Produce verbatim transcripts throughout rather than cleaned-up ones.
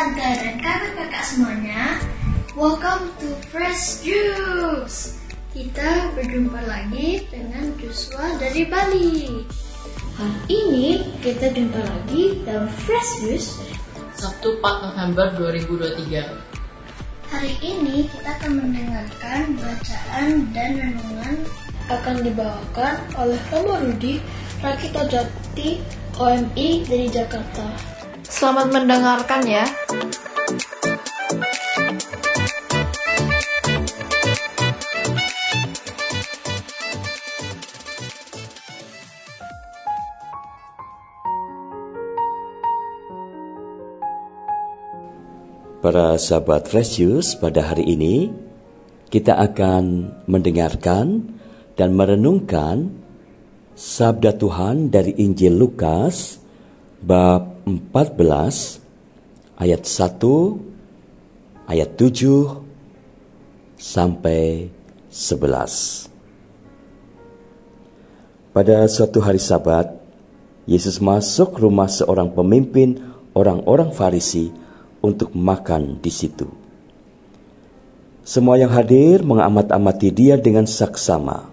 tante, dan kakak-kakak semuanya. Welcome to Fresh Juice. Kita berjumpa lagi dengan Joshua dari Bali. Hari ini kita jumpa lagi dalam Fresh Juice Sabtu empat November dua ribu dua puluh tiga. Hari ini kita akan mendengarkan bacaan dan renungan akan dibawakan oleh Romo Rudi, Rakita Jati, O M I dari Jakarta. Selamat mendengarkan ya. Para sahabat Fresh Juice, pada hari ini kita akan mendengarkan dan merenungkan sabda Tuhan dari Injil Lukas bab empat belas ayat satu, ayat tujuh sampai sebelas. Pada suatu hari Sabat, Yesus masuk rumah seorang pemimpin orang-orang Farisi untuk makan di situ. Semua yang hadir mengamat-amati dia dengan saksama.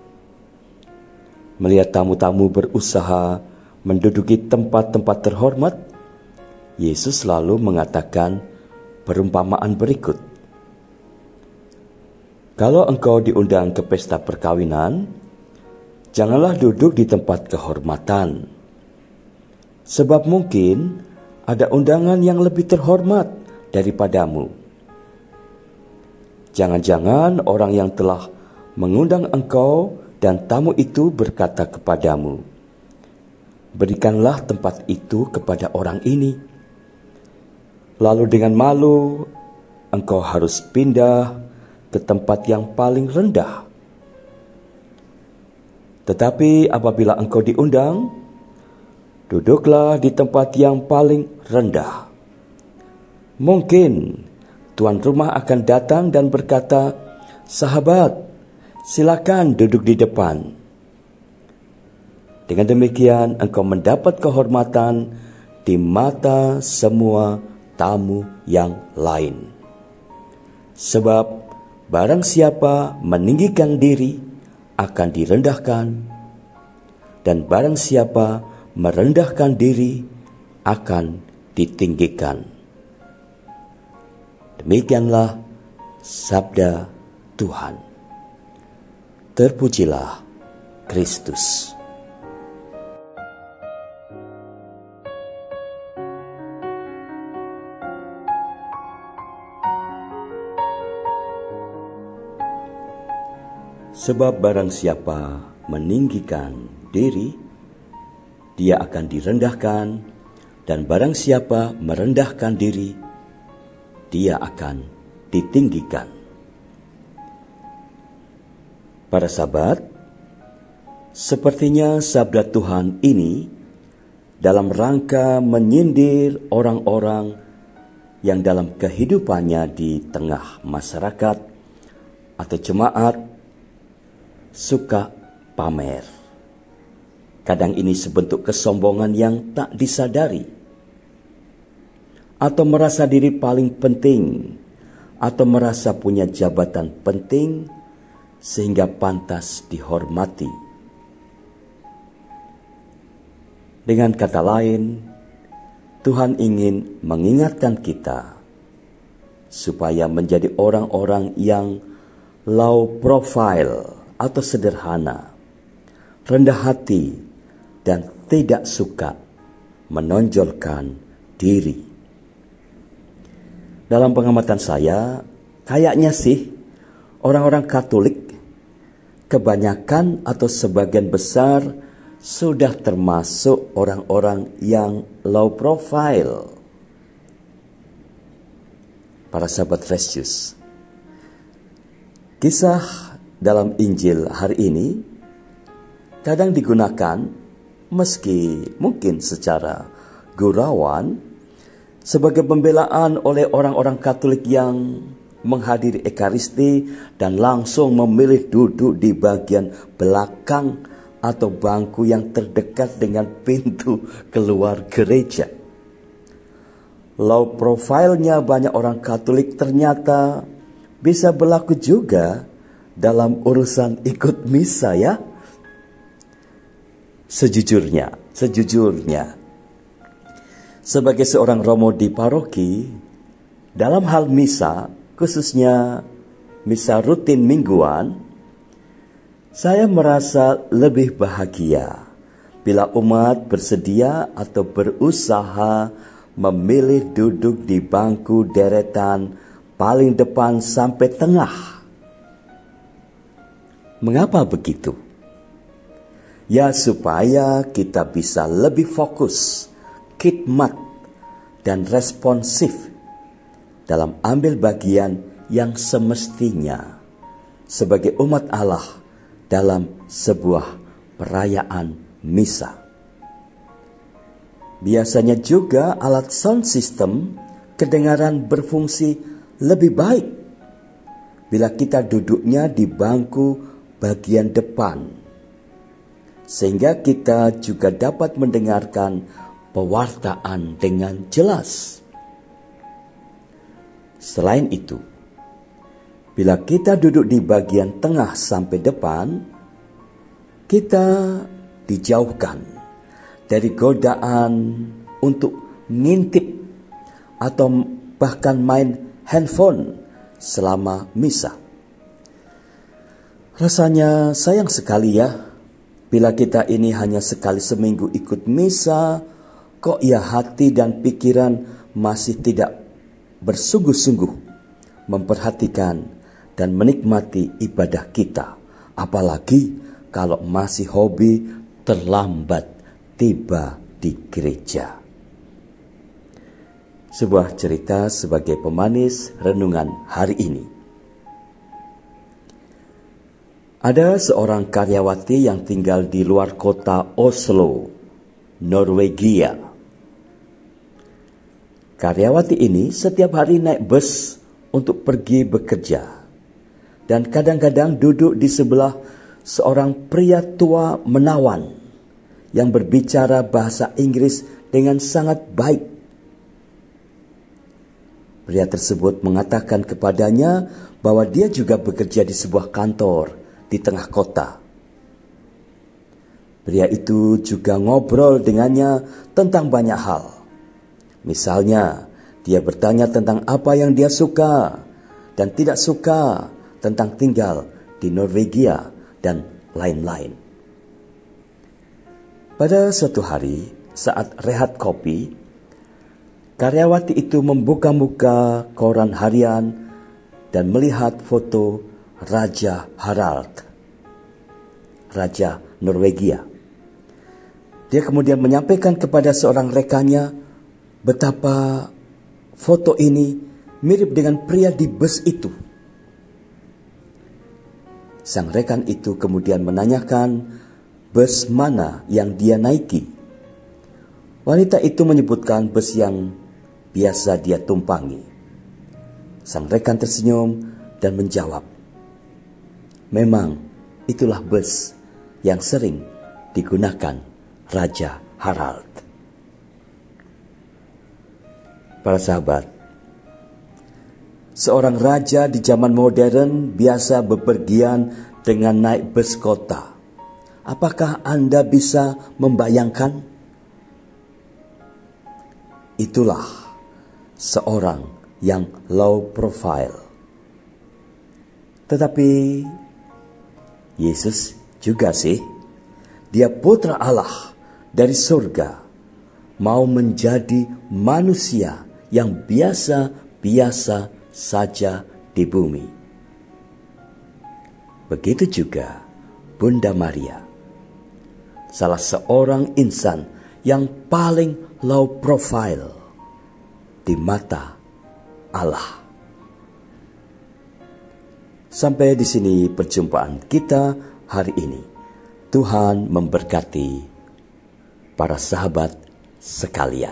Melihat tamu-tamu berusaha menduduki tempat-tempat terhormat, Yesus lalu mengatakan perumpamaan berikut. Kalau engkau diundang ke pesta perkawinan, janganlah duduk di tempat kehormatan, sebab mungkin ada undangan yang lebih terhormat daripadamu. Jangan-jangan orang yang telah mengundang engkau dan tamu itu berkata kepadamu, berikanlah tempat itu kepada orang ini. Lalu dengan malu, engkau harus pindah ke tempat yang paling rendah. Tetapi apabila engkau diundang, duduklah di tempat yang paling rendah. Mungkin tuan rumah akan datang dan berkata, sahabat, silakan duduk di depan. Dengan demikian engkau mendapat kehormatan di mata semua tamu yang lain. Sebab barang siapa meninggikan diri akan direndahkan, dan barang siapa merendahkan diri akan ditinggikan. Demikianlah sabda Tuhan. Terpujilah Kristus. Sebab barang siapa meninggikan diri, dia akan direndahkan, dan barang siapa merendahkan diri, dia akan ditinggikan. Para sahabat, sepertinya sabda Tuhan ini dalam rangka menyindir orang-orang yang dalam kehidupannya di tengah masyarakat atau jemaat suka pamer. Kadang ini sebentuk kesombongan yang tak disadari, atau merasa diri paling penting, atau merasa punya jabatan penting sehingga pantas dihormati. Dengan kata lain, Tuhan ingin mengingatkan kita supaya menjadi orang-orang yang low profile atau sederhana, rendah hati, dan tidak suka menonjolkan diri. Dalam pengamatan saya, kayaknya sih orang-orang Katolik kebanyakan atau sebagian besar sudah termasuk orang-orang yang low profile. Para sahabat Fresh Juice, kisah dalam Injil hari ini kadang digunakan meski mungkin secara gurauan sebagai pembelaan oleh orang-orang Katolik yang menghadiri Ekaristi dan langsung memilih duduk di bagian belakang atau bangku yang terdekat dengan pintu keluar gereja. low profile-nya banyak orang Katolik ternyata bisa berlaku juga dalam urusan ikut misa ya. Sejujurnya, sejujurnya, sebagai seorang romo di paroki, dalam hal misa, khususnya misa rutin mingguan, saya merasa lebih bahagia bila umat bersedia atau berusaha memilih duduk di bangku deretan paling depan sampai tengah. Mengapa begitu? Ya, supaya kita bisa lebih fokus, khidmat, dan responsif dalam ambil bagian yang semestinya sebagai umat Allah dalam sebuah perayaan misa. Biasanya juga alat sound system kedengaran berfungsi lebih baik bila kita duduknya di bangku bagian depan, sehingga kita juga dapat mendengarkan pewartaan dengan jelas. Selain itu, bila kita duduk di bagian tengah sampai depan, kita dijauhkan dari godaan untuk ngintip atau bahkan main handphone selama misa. Rasanya sayang sekali ya, bila kita ini hanya sekali seminggu ikut misa, kok ya hati dan pikiran masih tidak bersungguh-sungguh memperhatikan dan menikmati ibadah kita. Apalagi kalau masih hobi terlambat tiba di gereja. Sebuah cerita sebagai pemanis renungan hari ini. Ada seorang karyawati yang tinggal di luar kota Oslo, Norwegia. Karyawati ini setiap hari naik bus untuk pergi bekerja, dan kadang-kadang duduk di sebelah seorang pria tua menawan yang berbicara bahasa Inggris dengan sangat baik. Pria tersebut mengatakan kepadanya bahwa dia juga bekerja di sebuah kantor di tengah kota. Pria itu juga ngobrol dengannya tentang banyak hal. Misalnya, dia bertanya tentang apa yang dia suka dan tidak suka tentang tinggal di Norwegia dan lain-lain. Pada suatu hari, saat rehat kopi, karyawati itu membuka-buka koran harian dan melihat foto Raja Harald, Raja Norwegia. Dia kemudian menyampaikan kepada seorang rekannya betapa foto ini mirip dengan pria di bus itu. Sang rekan itu kemudian menanyakan bus mana yang dia naiki. Wanita itu menyebutkan bus yang biasa dia tumpangi. Sang rekan tersenyum dan menjawab, memang itulah bus yang sering digunakan Raja Harald. Para sahabat, seorang raja di zaman modern biasa bepergian dengan naik bus kota. Apakah Anda bisa membayangkan? Itulah seorang yang low profile. Tetapi Yesus juga sih, dia putra Allah dari surga, mau menjadi manusia yang biasa-biasa saja di bumi. Begitu juga Bunda Maria, salah seorang insan yang paling low profile di mata Allah. Sampai di sini perjumpaan kita hari ini. Tuhan memberkati para sahabat sekalian.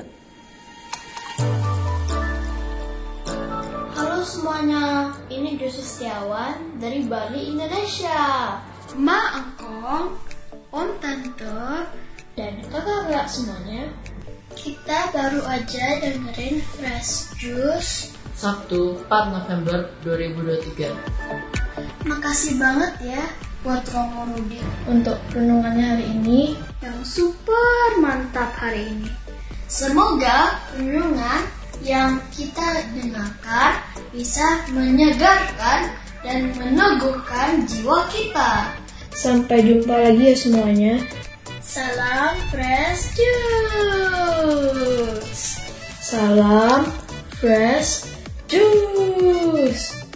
Halo semuanya, ini Joshua Setiawan dari Bali, Indonesia. Ma Angkong, Om Tante, Dan kakak-kakak semuanya, Kita baru aja dengerin Fresh Juice Sabtu empat November dua ribu dua puluh tiga. Makasih banget ya buat Romo Rudi untuk renungannya hari ini yang super mantap hari ini. Semoga renungan yang kita dengarkan bisa menyegarkan dan meneguhkan jiwa kita. Sampai jumpa lagi ya semuanya. Salam Fresh Juice. Salam Fresh Juice.